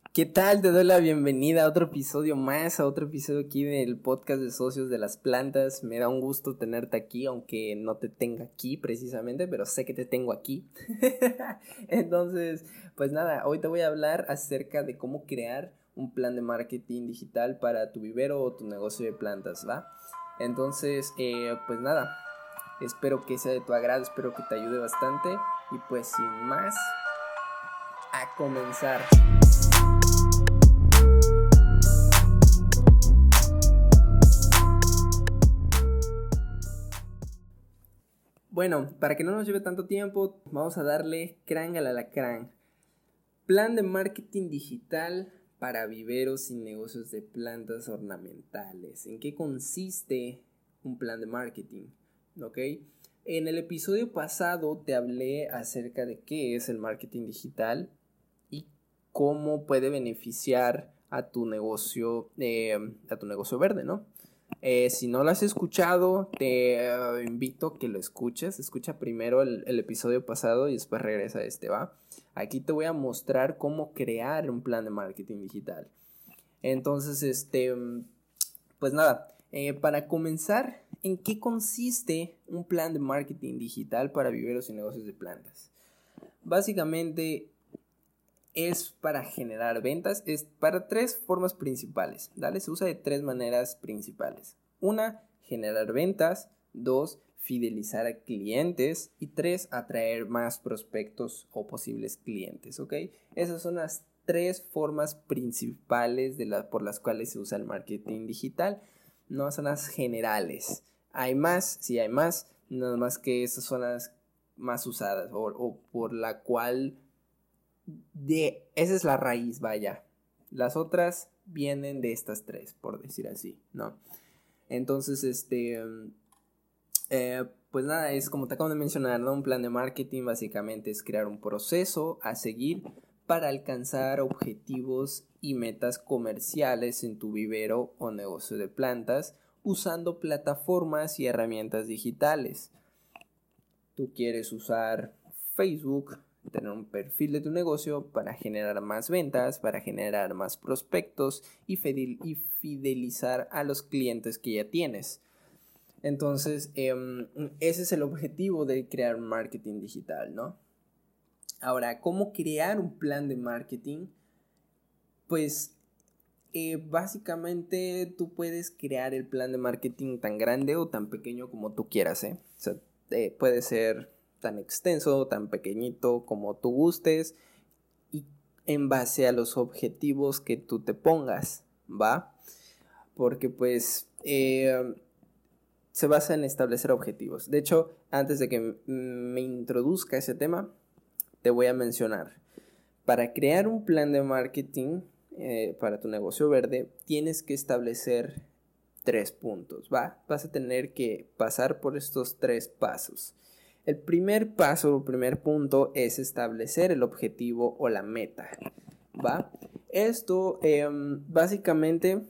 ¿Qué tal? Te doy la bienvenida a otro episodio más, a otro episodio aquí del podcast de Socios de las Plantas. Me da un gusto tenerte aquí, aunque no te tenga aquí precisamente, pero sé que te tengo aquí. Entonces, pues nada, hoy te voy a hablar acerca de cómo crear un plan de marketing digital para tu vivero o tu negocio de plantas, ¿va? Entonces, pues nada, espero que sea de tu agrado, espero que te ayude bastante y pues sin más, a comenzar. Bueno, para que no nos lleve tanto tiempo, vamos a darle crán al alacrán. Plan de marketing digital para viveros y negocios de plantas ornamentales. ¿En qué consiste un plan de marketing? ¿Ok? En el episodio pasado te hablé acerca de qué es el marketing digital y cómo puede beneficiar a tu negocio verde, ¿no? Si no lo has escuchado, te invito a que lo escuches. Escucha primero el episodio pasado y después regresa a este, ¿va? Aquí te voy a mostrar cómo crear un plan de marketing digital. Entonces, pues nada, para comenzar, ¿en qué consiste un plan de marketing digital para viveros y negocios de plantas? Básicamente es para generar ventas, es para tres formas principales, ¿vale? Se usa de tres maneras principales. Una, generar ventas. Dos, fidelizar a clientes. Y tres, atraer más prospectos o posibles clientes, ¿ok? Esas son las tres formas principales por las cuales se usa el marketing digital. No son las generales. Hay más, sí hay más, nada más que esas son las más usadas o por la cual esa es la raíz, vaya. Las otras vienen de estas tres, por decir así, ¿no? Entonces, pues nada, es como te acabo de mencionar, ¿no? Un plan de marketing básicamente es crear un proceso a seguir para alcanzar objetivos y metas comerciales en tu vivero o negocio de plantas usando plataformas y herramientas digitales. Tú quieres usar Facebook, tener un perfil de tu negocio para generar más ventas, para generar más prospectos y fidelizar a los clientes que ya tienes. Entonces, ese es el objetivo de crear un marketing digital, ¿no? Ahora, ¿cómo crear un plan de marketing? Pues básicamente tú puedes crear el plan de marketing tan grande o tan pequeño como tú quieras, ¿eh? O sea, puede ser tan extenso o tan pequeñito como tú gustes y en base a los objetivos que tú te pongas, ¿va? Porque pues se basa en establecer objetivos. De hecho, antes de que me introduzca ese tema, te voy a mencionar. Para crear un plan de marketing para tu negocio verde, tienes que establecer 3 puntos, ¿va? Vas a tener que pasar por estos 3 pasos. El primer paso, el primer punto es establecer el objetivo o la meta, ¿va? Esto básicamente,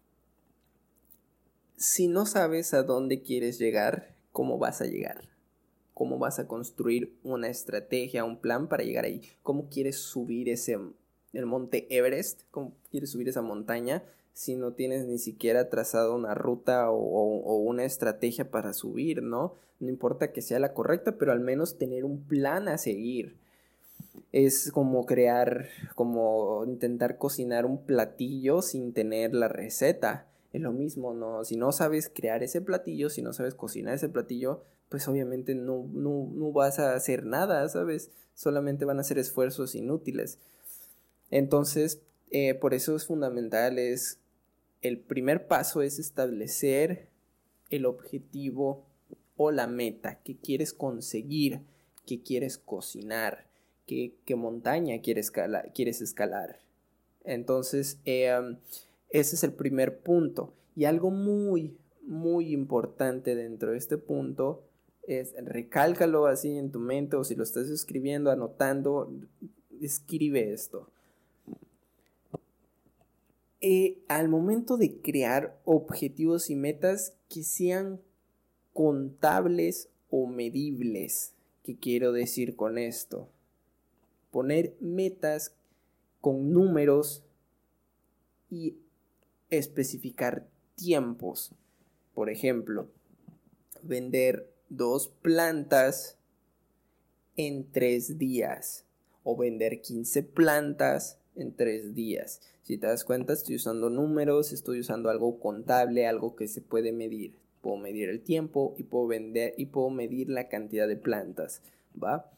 si no sabes a dónde quieres llegar, ¿cómo vas a llegar? ¿Cómo vas a construir una estrategia, un plan para llegar ahí? ¿Cómo quieres subir el monte Everest? ¿Cómo quieres subir esa montaña si no tienes ni siquiera trazado una ruta o una estrategia para subir, ¿no? No importa que sea la correcta, pero al menos tener un plan a seguir. Es como intentar cocinar un platillo sin tener la receta. Es lo mismo, ¿no? Si no sabes crear ese platillo, si no sabes cocinar ese platillo, pues obviamente no vas a hacer nada, ¿sabes? Solamente van a ser esfuerzos inútiles. Entonces, por eso es fundamental, el primer paso es establecer el objetivo o la meta que quieres conseguir, que quieres cocinar, qué montaña quieres escalar. Entonces, ese es el primer punto. Y algo muy, muy importante dentro de este punto es, recálcalo así en tu mente o si lo estás escribiendo, anotando, escribe esto. Al momento de crear objetivos y metas que sean contables o medibles, ¿qué quiero decir con esto? Poner metas con números y especificar tiempos. Por ejemplo, vender 2 plantas en 3 días o vender 15 plantas en 3 días. Si te das cuenta, estoy usando números, estoy usando algo contable, algo que se puede medir. Puedo medir el tiempo y puedo vender y puedo medir la cantidad de plantas, ¿va?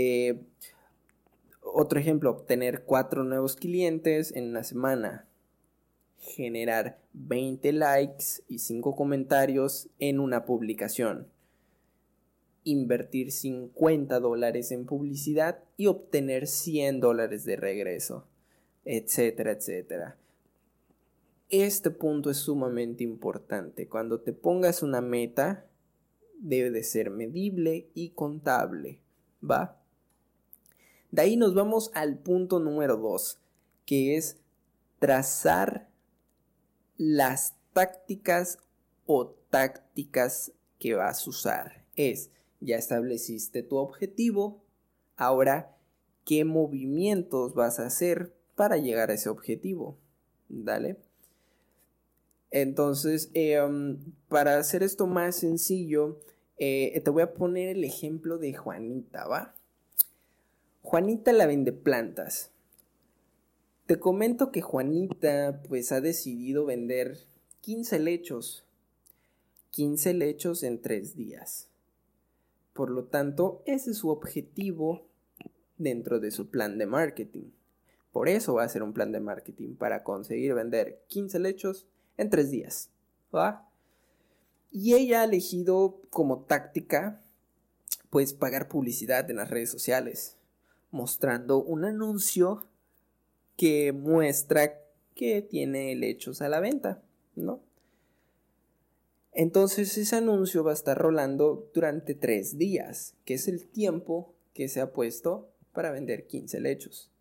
Otro ejemplo, obtener 4 nuevos clientes en una semana. Generar 20 likes y 5 comentarios en una publicación. Invertir $50 en publicidad y obtener $100 de regreso, etcétera, etcétera. Este punto es sumamente importante. Cuando te pongas una meta, debe de ser medible y contable, ¿va? De ahí nos vamos al punto número 2, que es trazar las tácticas o tácticas que vas a usar. Ya estableciste tu objetivo, ahora, ¿qué movimientos vas a hacer para llegar a ese objetivo? ¿Dale? Entonces, para hacer esto más sencillo, te voy a poner el ejemplo de Juanita, ¿va? Juanita la vende plantas. Te comento que Juanita pues ha decidido vender 15 lechos. 15 lechos en 3 días. Por lo tanto, ese es su objetivo dentro de su plan de marketing. Por eso va a ser un plan de marketing, para conseguir vender 15 lechos en 3 días, ¿va? Y ella ha elegido como táctica pues pagar publicidad en las redes sociales, mostrando un anuncio que muestra que tiene lechos a la venta, ¿no? Entonces ese anuncio va a estar rolando durante 3 días, que es el tiempo que se ha puesto para vender 15 lechos.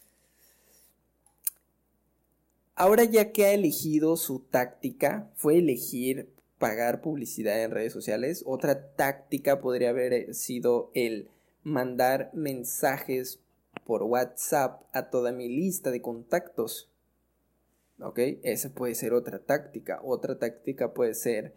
Ahora, ya que ha elegido su táctica, fue elegir pagar publicidad en redes sociales. Otra táctica podría haber sido el mandar mensajes por WhatsApp a toda mi lista de contactos. ¿Ok? Esa puede ser otra táctica. Otra táctica puede ser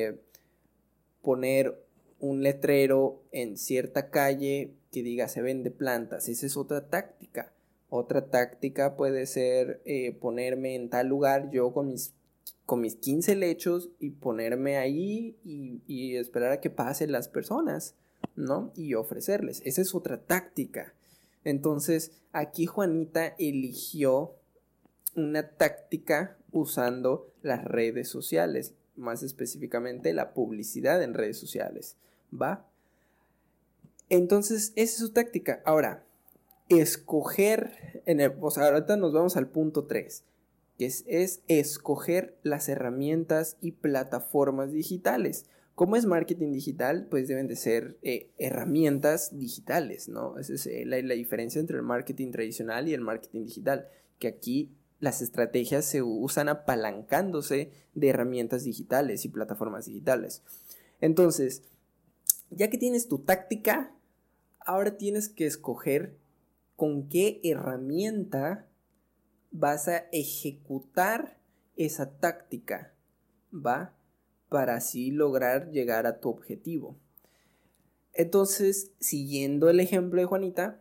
poner un letrero en cierta calle que diga se vende plantas. Esa es otra táctica. Otra táctica puede ser ponerme en tal lugar yo con mis 15 lechos y ponerme ahí y esperar a que pasen las personas, ¿no? Y ofrecerles. Esa es otra táctica. Entonces, aquí Juanita eligió una táctica usando las redes sociales, más específicamente la publicidad en redes sociales, ¿va? Entonces, esa es su táctica. Ahora, escoger, ahorita nos vamos al punto 3, que es escoger las herramientas y plataformas digitales. Como es marketing digital, pues deben de ser herramientas digitales, ¿no? Esa es la diferencia entre el marketing tradicional y el marketing digital, que aquí las estrategias se usan apalancándose de herramientas digitales y plataformas digitales. Entonces, ya que tienes tu táctica, ahora tienes que escoger con qué herramienta vas a ejecutar esa táctica, ¿va? Para así lograr llegar a tu objetivo. Entonces, siguiendo el ejemplo de Juanita,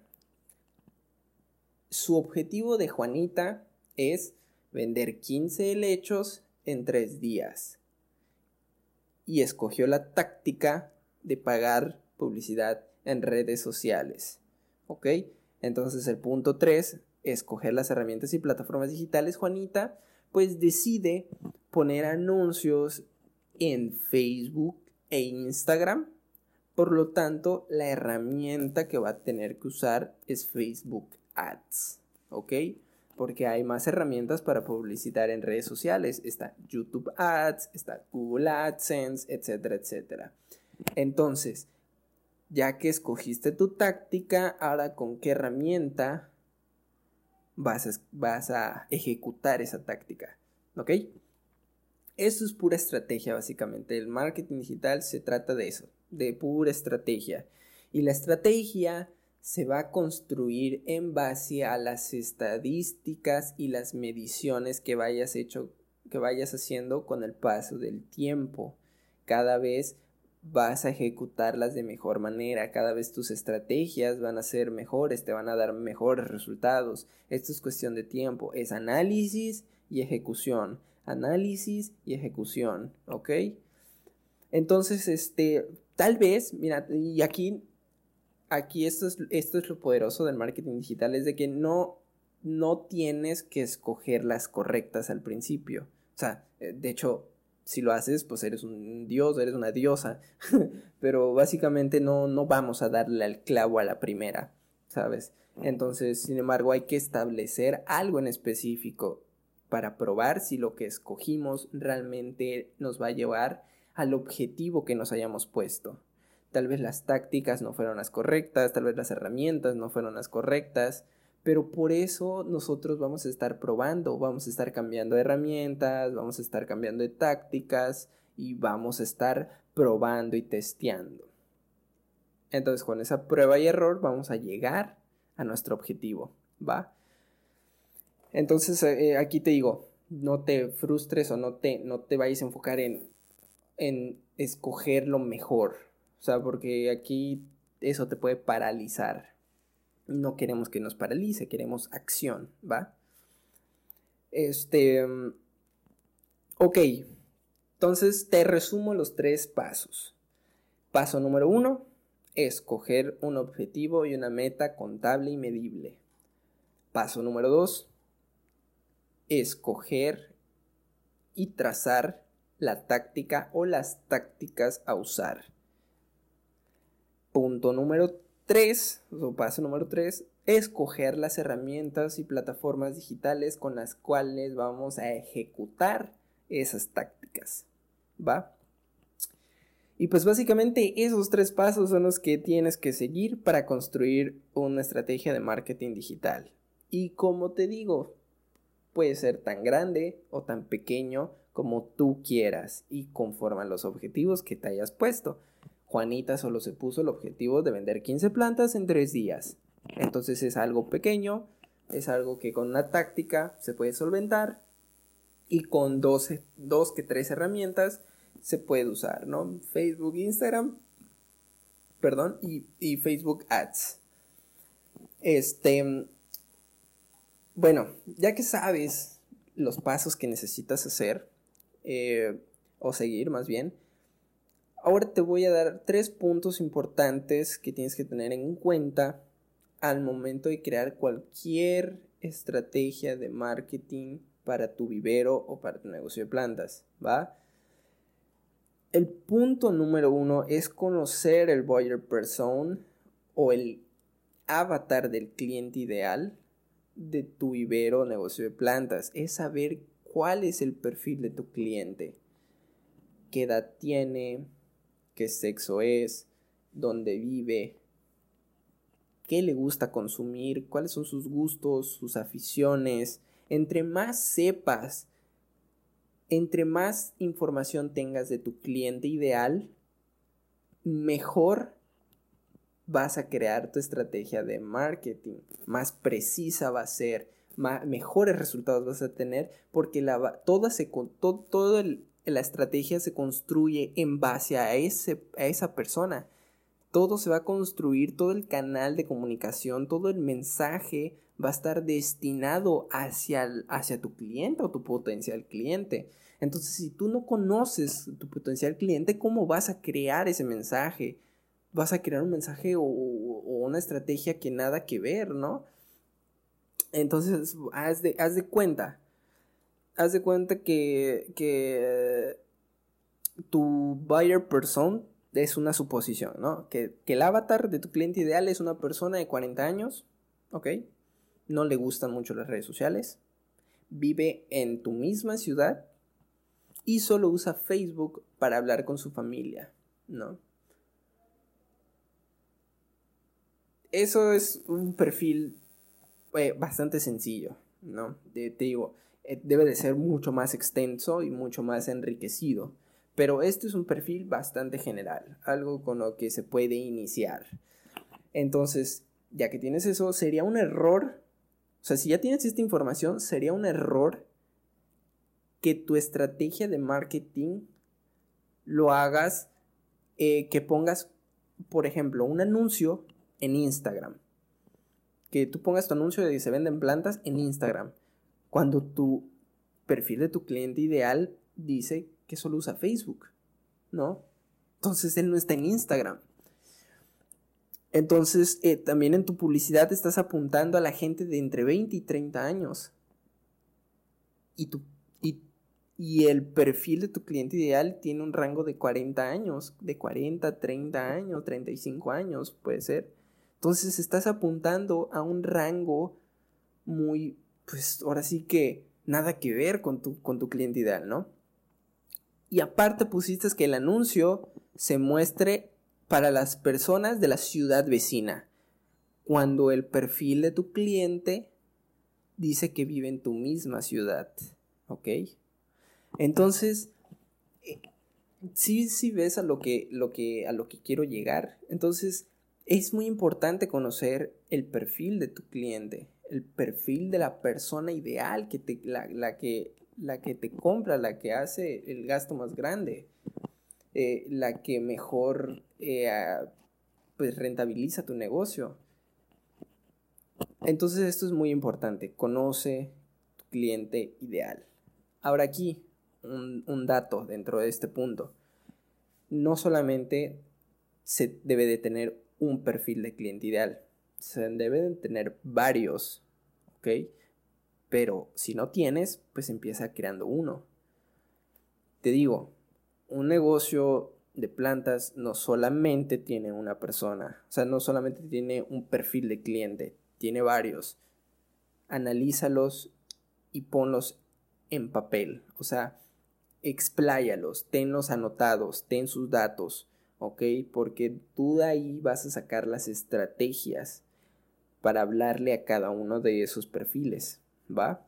su objetivo de Juanita es vender 15 helechos en 3 días. Y escogió la táctica de pagar publicidad en redes sociales. ¿Ok? Entonces el punto 3, escoger las herramientas y plataformas digitales. Juanita pues decide poner anuncios en Facebook e Instagram. Por lo tanto, la herramienta que va a tener que usar es Facebook Ads. ¿Ok? Porque hay más herramientas para publicitar en redes sociales. Está YouTube Ads, está Google AdSense, etcétera, etcétera. Entonces, ya que escogiste tu táctica, ahora con qué herramienta vas a ejecutar esa táctica. ¿Ok? Eso es pura estrategia, básicamente. El marketing digital se trata de eso, de pura estrategia. Y la estrategia se va a construir en base a las estadísticas y las mediciones que vayas haciendo con el paso del tiempo. Cada vez vas a ejecutarlas de mejor manera, cada vez tus estrategias van a ser mejores, te van a dar mejores resultados. Esto es cuestión de tiempo, es análisis y ejecución, ¿ok? Entonces, tal vez, mira, y aquí esto es lo poderoso del marketing digital, es de que no tienes que escoger las correctas al principio. O sea, de hecho, si lo haces, pues eres un dios, eres una diosa. Pero básicamente no vamos a darle al clavo a la primera, ¿sabes? Entonces, sin embargo, hay que establecer algo en específico para probar si lo que escogimos realmente nos va a llevar al objetivo que nos hayamos puesto. Tal vez las tácticas no fueron las correctas, tal vez las herramientas no fueron las correctas, pero por eso nosotros vamos a estar probando, vamos a estar cambiando de herramientas, vamos a estar cambiando de tácticas y vamos a estar probando y testeando. Entonces, con esa prueba y error vamos a llegar a nuestro objetivo, ¿va? Entonces, aquí te digo, no te frustres o no te vayas a enfocar en escoger lo mejor. O sea, porque aquí eso te puede paralizar. No queremos que nos paralice, queremos acción, ¿va? Ok, entonces te resumo los 3 pasos. Paso número 1, escoger un objetivo y una meta contable y medible. Paso número 2, escoger y trazar la táctica o las tácticas a usar. Punto número 3, o paso número 3, escoger las herramientas y plataformas digitales con las cuales vamos a ejecutar esas tácticas, ¿va? Y pues básicamente esos 3 pasos son los que tienes que seguir para construir una estrategia de marketing digital. Y como te digo, puede ser tan grande o tan pequeño como tú quieras y conforme a los objetivos que te hayas puesto. Juanita solo se puso el objetivo de vender 15 plantas en 3 días. Entonces es algo pequeño, es algo que con una táctica se puede solventar y con 2 que 3 herramientas se puede usar, ¿no? Facebook, Instagram, y Facebook Ads. Bueno, ya que sabes los pasos que necesitas hacer, o seguir más bien, ahora te voy a dar 3 puntos importantes que tienes que tener en cuenta al momento de crear cualquier estrategia de marketing para tu vivero o para tu negocio de plantas, ¿va? El punto número 1 es conocer el buyer persona o el avatar del cliente ideal de tu vivero o negocio de plantas. Es saber cuál es el perfil de tu cliente, qué edad tiene, qué sexo es, dónde vive, qué le gusta consumir, cuáles son sus gustos, sus aficiones. Entre más sepas, entre más información tengas de tu cliente ideal, mejor vas a crear tu estrategia de marketing, más precisa va a ser, mejores resultados vas a tener, porque la estrategia se construye en base a esa persona. Todo se va a construir, todo el canal de comunicación, todo el mensaje va a estar destinado hacia tu cliente o tu potencial cliente. Entonces, si tú no conoces tu potencial cliente, ¿cómo vas a crear ese mensaje? Vas a crear un mensaje o una estrategia que nada que ver, ¿no? Entonces, haz de cuenta que tu buyer persona es una suposición, ¿no? Que el avatar de tu cliente ideal es una persona de 40 años, ¿ok? No le gustan mucho las redes sociales, vive en tu misma ciudad y solo usa Facebook para hablar con su familia, ¿no? Eso es un perfil bastante sencillo, ¿no? Te digo, debe de ser mucho más extenso y mucho más enriquecido. Pero este es un perfil bastante general, algo con lo que se puede iniciar. Entonces, ya que tienes eso, sería un error, o sea, si ya tienes esta información, sería un error que tu estrategia de marketing lo hagas, que pongas, por ejemplo, un anuncio en Instagram. Que tú pongas tu anuncio de que se venden plantas en Instagram, cuando tu perfil de tu cliente ideal dice que solo usa Facebook, ¿no? Entonces él no está en Instagram. Entonces también en tu publicidad estás apuntando a la gente de entre 20 y 30 años. Y el perfil de tu cliente ideal tiene un rango de 40 años, de 40, 30 años, 35 años, puede ser. Entonces estás apuntando a un rango muy, pues ahora sí que nada que ver con tu cliente ideal, ¿no? Y aparte pusiste que el anuncio se muestre para las personas de la ciudad vecina, cuando el perfil de tu cliente dice que vive en tu misma ciudad, ¿ok? Entonces, sí ves a lo que quiero llegar. Entonces, es muy importante conocer el perfil de tu cliente, el perfil de la persona ideal la que te compra, la que hace el gasto más grande, la que mejor pues rentabiliza tu negocio. Entonces esto es muy importante, conoce tu cliente ideal. Ahora aquí, un dato dentro de este punto. No solamente se debe de tener un perfil de cliente ideal, se debe de tener varios, ¿ok? Pero si no tienes, pues empieza creando uno. Te digo, un negocio de plantas no solamente tiene una persona, o sea, no solamente tiene un perfil de cliente, tiene varios. Analízalos y ponlos en papel, o sea, expláyalos, tenlos anotados, ten sus datos, ¿ok? Porque tú de ahí vas a sacar las estrategias para hablarle a cada uno de esos perfiles, ¿va?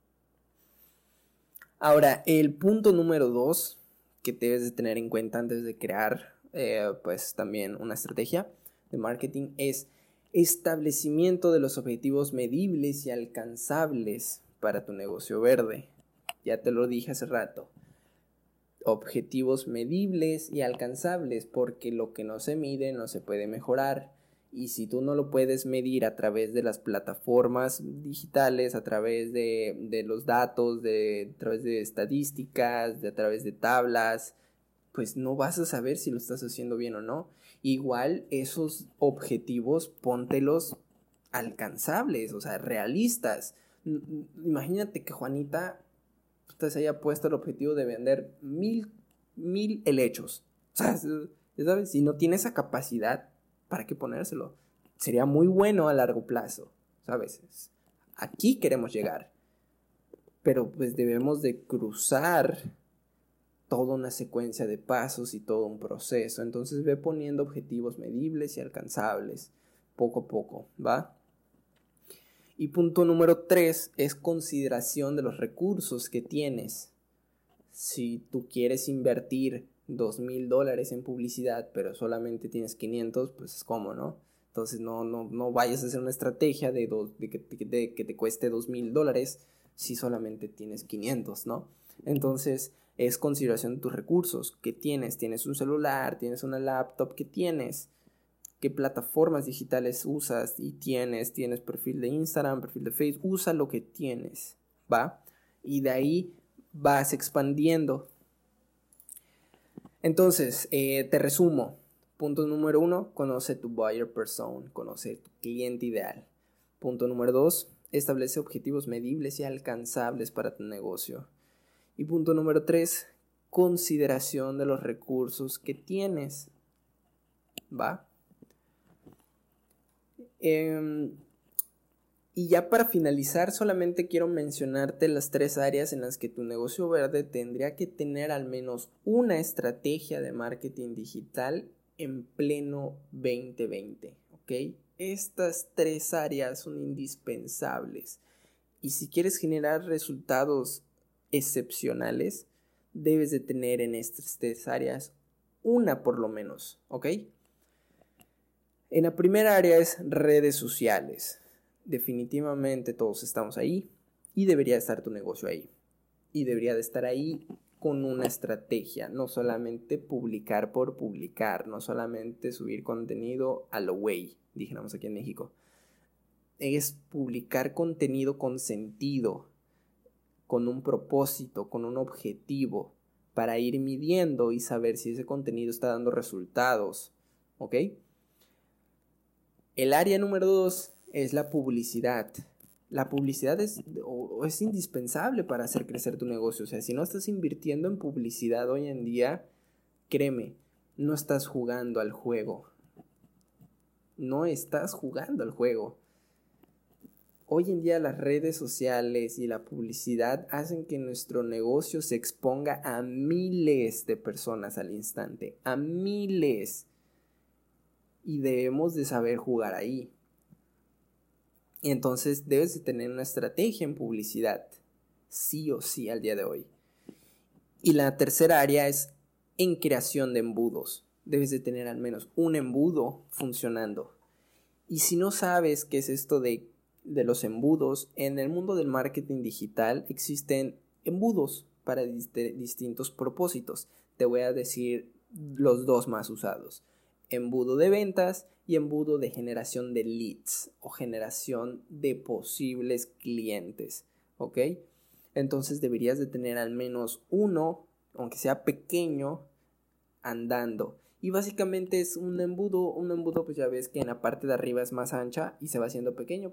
Ahora, el punto número 2 que debes de tener en cuenta antes de crear, pues también una estrategia de marketing es establecimiento de los objetivos medibles y alcanzables para tu negocio verde. Ya te lo dije hace rato. Objetivos medibles y alcanzables, porque lo que no se mide no se puede mejorar. Y si tú no lo puedes medir a través de las plataformas digitales, a través de los datos, a través de estadísticas, a través de tablas, pues no vas a saber si lo estás haciendo bien o no. Igual esos objetivos póntelos alcanzables, o sea, realistas. Imagínate que Juanita se haya puesto el objetivo de vender 1000 helechos. O sea, ¿sabes? Si no tiene esa capacidad, ¿para qué ponérselo? Sería muy bueno a largo plazo, ¿sabes? Aquí queremos llegar, pero pues debemos de cruzar toda una secuencia de pasos y todo un proceso. Entonces ve poniendo objetivos medibles y alcanzables poco a poco, ¿va? Y punto número 3 es consideración de los recursos que tienes. Si tú quieres invertir $2000 en publicidad, pero solamente tienes 500, pues es como, ¿no? Entonces no vayas a hacer una estrategia de que te cueste $2000 si solamente tienes 500, ¿no? Entonces es consideración de tus recursos que tienes. Tienes un celular, tienes una laptop, ¿qué tienes? ¿Qué plataformas digitales usas? Y tienes perfil de Instagram, perfil de Facebook, usa lo que tienes, ¿va? Y de ahí vas expandiendo. Entonces, te resumo. Punto número 1, conoce tu buyer persona, conoce tu cliente ideal. Punto número 2, establece objetivos medibles y alcanzables para tu negocio. Y punto número 3, consideración de los recursos que tienes, ¿va? Y ya para finalizar, solamente quiero mencionarte las 3 áreas en las que tu negocio verde tendría que tener al menos una estrategia de marketing digital en pleno 2020, ¿ok? Estas 3 áreas son indispensables. Y si quieres generar resultados excepcionales, debes de tener en estas 3 áreas una por lo menos, ¿ok? En la primera área es redes sociales. Definitivamente todos estamos ahí y debería estar tu negocio ahí. Y debería de estar ahí con una estrategia, no solamente publicar por publicar, no solamente subir contenido a lo güey, dijéramos aquí en México. Es publicar contenido con sentido, con un propósito, con un objetivo, para ir midiendo y saber si ese contenido está dando resultados, ¿ok? El área número 2 es la publicidad. La publicidad es indispensable para hacer crecer tu negocio. O sea, si no estás invirtiendo en publicidad hoy en día, créeme, no estás jugando al juego. No estás jugando al juego. Hoy en día las redes sociales y la publicidad hacen que nuestro negocio se exponga a miles de personas al instante. A miles. Y debemos de saber jugar ahí. Y entonces debes de tener una estrategia en publicidad, sí o sí al día de hoy. Y la tercera área es en creación de embudos. Debes de tener al menos un embudo funcionando. Y si no sabes qué es esto de los embudos, en el mundo del marketing digital existen embudos para distintos propósitos. Te voy a decir los dos más usados. Embudo de ventas y embudo de generación de leads o generación de posibles clientes, ¿ok? Entonces deberías de tener al menos uno, aunque sea pequeño, andando. Y básicamente es un embudo pues ya ves que en la parte de arriba es más ancha y se va haciendo pequeño.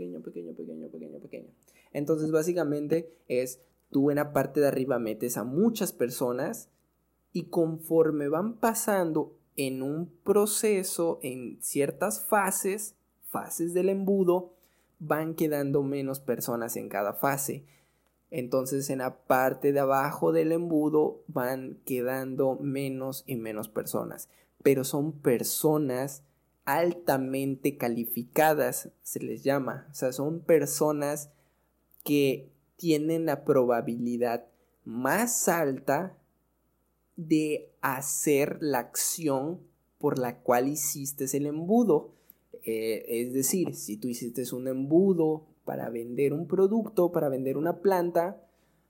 Entonces básicamente es tú en la parte de arriba metes a muchas personas y conforme van pasando en un proceso, en ciertas fases del embudo, van quedando menos personas en cada fase. Entonces en la parte de abajo del embudo van quedando menos y menos personas. Pero son personas altamente calificadas, se les llama. O sea, son personas que tienen la probabilidad más alta de hacer la acción por la cual hiciste el embudo. Es decir, si tú hiciste un embudo para vender un producto, para vender una planta,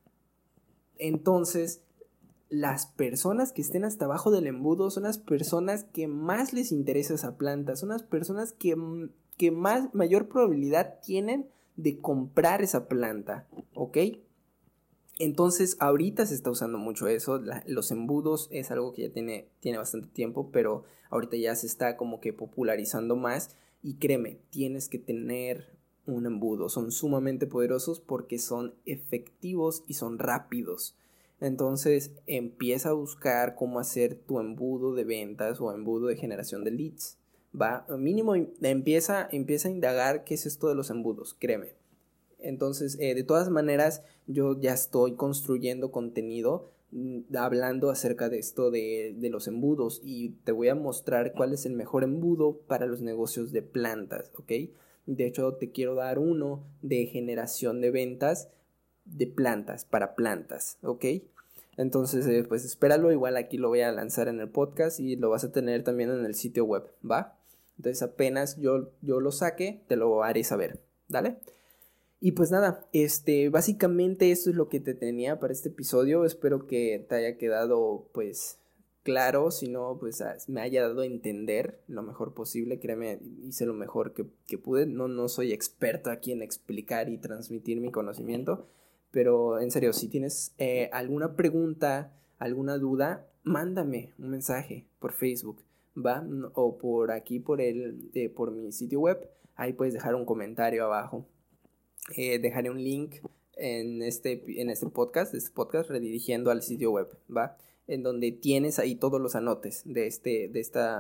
entonces las personas que estén hasta abajo del embudo son las personas que más les interesa esa planta, son las personas que mayor probabilidad tienen de comprar esa planta, ¿ok? Entonces ahorita se está usando mucho eso, los embudos es algo que ya tiene bastante tiempo, pero ahorita ya se está como que popularizando más y créeme, tienes que tener un embudo, son sumamente poderosos porque son efectivos y son rápidos. Entonces empieza a buscar cómo hacer tu embudo de ventas o embudo de generación de leads, ¿va? Mínimo empieza a indagar qué es esto de los embudos, créeme. Entonces, de todas maneras, yo ya estoy construyendo contenido hablando acerca de esto de los embudos y te voy a mostrar cuál es el mejor embudo para los negocios de plantas, ¿ok? De hecho, te quiero dar uno de generación de ventas de plantas, para plantas, ¿ok? Entonces, pues espéralo, igual aquí lo voy a lanzar en el podcast y lo vas a tener también en el sitio web, ¿va? Entonces, apenas yo lo saque, te lo haré saber, ¿dale? Y pues nada, básicamente esto es lo que te tenía para este episodio. Espero que te haya quedado pues claro, si no pues me haya dado a entender lo mejor posible. Créeme, hice lo mejor que pude. No soy experto aquí en explicar y transmitir mi conocimiento, pero en serio, si tienes alguna pregunta, alguna duda, mándame un mensaje por Facebook, ¿va? O por aquí, por mi sitio web. Ahí puedes dejar un comentario abajo. Dejaré un link en este podcast, redirigiendo al sitio web, ¿va? En donde tienes ahí todos los anotes de este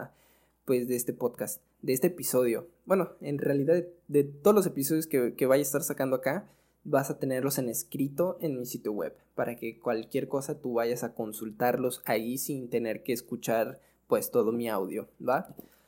podcast, de este episodio. Bueno, en realidad de todos los episodios que vaya a estar sacando acá, vas a tenerlos en escrito en mi sitio web, para que cualquier cosa tú vayas a consultarlos ahí sin tener que escuchar pues todo mi audio, ¿va?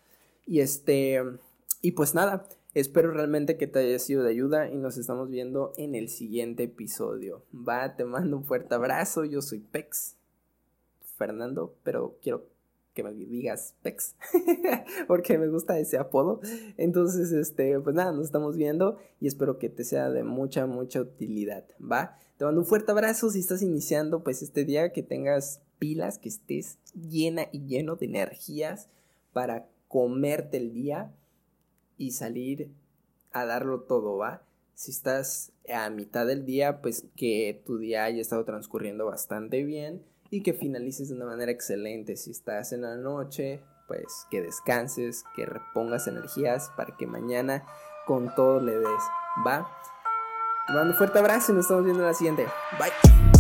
Y pues nada, espero realmente que te haya sido de ayuda y nos estamos viendo en el siguiente episodio. Va, te mando un fuerte abrazo, yo soy Pex Fernando, pero quiero que me digas Pex, porque me gusta ese apodo. Entonces, pues nada, nos estamos viendo y espero que te sea de mucha utilidad, ¿va? Te mando un fuerte abrazo si estás iniciando pues este día, que tengas pilas, que estés llena y lleno de energías para comerte el día y salir a darlo todo, ¿va? Si estás a mitad del día, pues que tu día haya estado transcurriendo bastante bien y que finalices de una manera excelente. Si estás en la noche, pues que descanses, que repongas energías para que mañana con todo le des, ¿va? Te mando un fuerte abrazo y nos estamos viendo en la siguiente. Bye.